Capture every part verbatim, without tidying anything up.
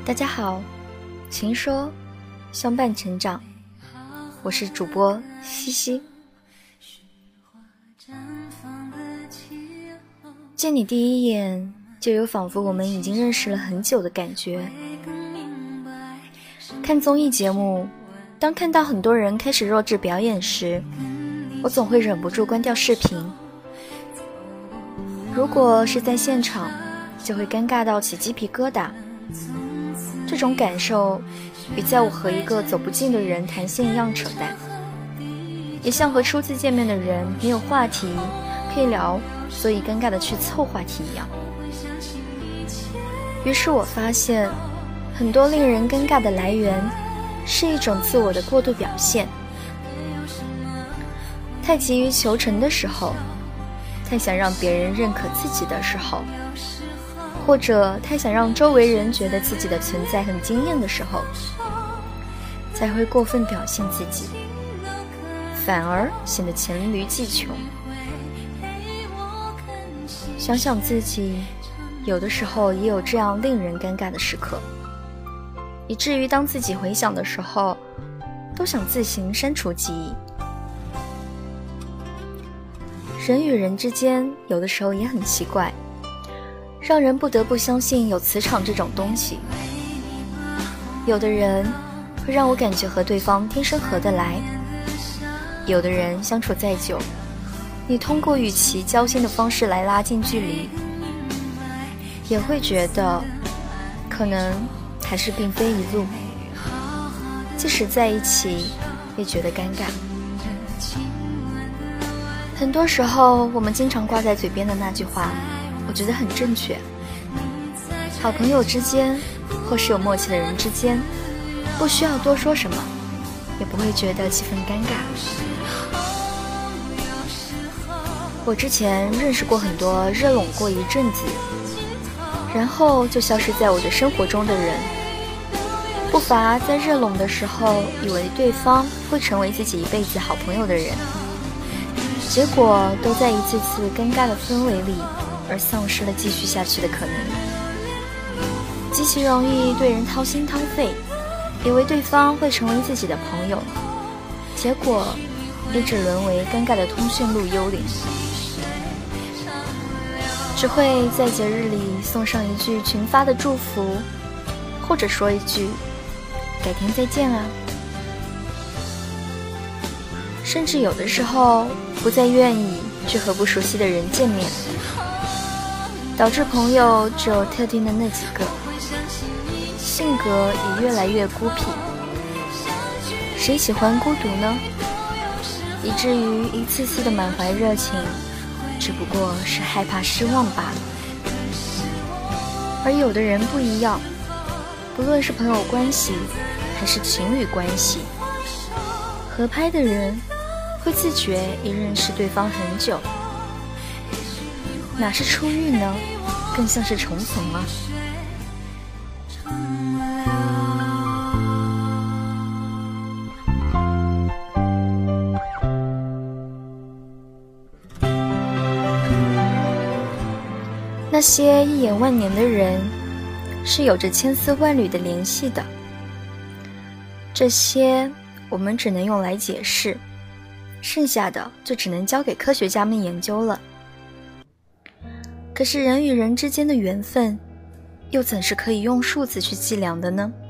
大家好，情说相伴成长，我是主播西西。见你第一眼，就有仿佛我们已经认识了很久的感觉。看综艺节目，当看到很多人开始弱智表演时，我总会忍不住关掉视频。如果是在现场，就会尴尬到起鸡皮疙瘩。这种感受与在我和一个走不近的人谈心一样扯淡，也像和初次见面的人没有话题可以聊，所以尴尬的去凑话题一样。于是我发现，很多令人尴尬的来源是一种自我的过度表现。太急于求成的时候，太想让别人认可自己的时候，或者太想让周围人觉得自己的存在很惊艳的时候，才会过分表现自己，反而显得黔驴技穷。想想自己，有的时候也有这样令人尴尬的时刻，以至于当自己回想的时候，都想自行删除记忆。人与人之间，有的时候也很奇怪，让人不得不相信有磁场这种东西。有的人会让我感觉和对方天生合得来，有的人相处再久，你通过与其交心的方式来拉近距离，也会觉得可能还是并非一路，即使在一起也觉得尴尬。很多时候我们经常挂在嘴边的那句话，我觉得很正确。好朋友之间，或是有默契的人之间，不需要多说什么，也不会觉得气氛尴尬。我之前认识过很多热拢过一阵子，然后就消失在我的生活中的人，不乏在热拢的时候以为对方会成为自己一辈子好朋友的人，结果都在一次次尴尬的氛围里而丧失了继续下去的可能。极其容易对人掏心掏肺，以为对方会成为自己的朋友，结果也只沦为尴尬的通讯录幽灵，只会在节日里送上一句群发的祝福，或者说一句改天再见啊。甚至有的时候不再愿意去和不熟悉的人见面，导致朋友只有特定的那几个，性格也越来越孤僻。谁喜欢孤独呢？以至于一次次的满怀热情，只不过是害怕失望罢了。而有的人不一样，不论是朋友关系还是情侣关系，合拍的人会自觉已认识对方很久，哪是初遇呢？更像是重逢啊。那些一眼万年的人，是有着千丝万缕的联系的，这些我们只能用来解释，剩下的就只能交给科学家们研究了。可是人与人之间的缘分，又怎是可以用数字去计量的呢？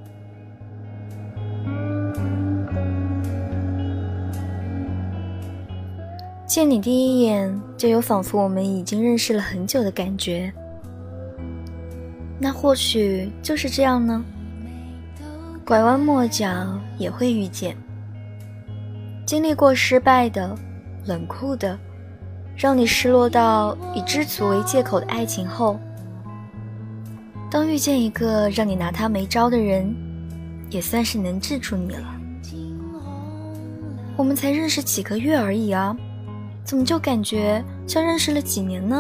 见你第一眼，就有仿佛我们已经认识了很久的感觉。那或许就是这样呢？拐弯抹角也会遇见。经历过失败的、冷酷的，让你失落到以知足为借口的爱情后，当遇见一个让你拿他没招的人，也算是能治住你了。我们才认识几个月而已啊，怎么就感觉像认识了几年呢？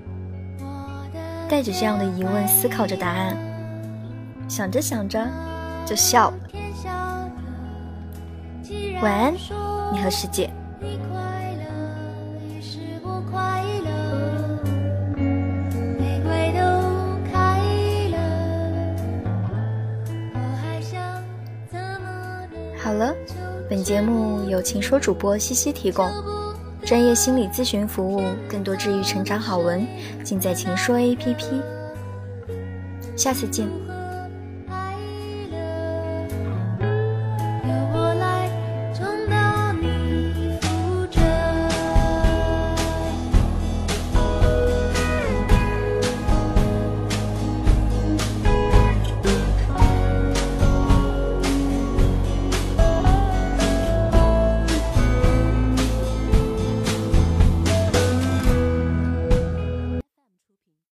带着这样的疑问思考着答案，想着想着就笑了。晚安，你和师姐。 好了，本节目由情说主播西西提供，专业心理咨询服务，更多治愈成长好文，尽在情说 A P P。下次见。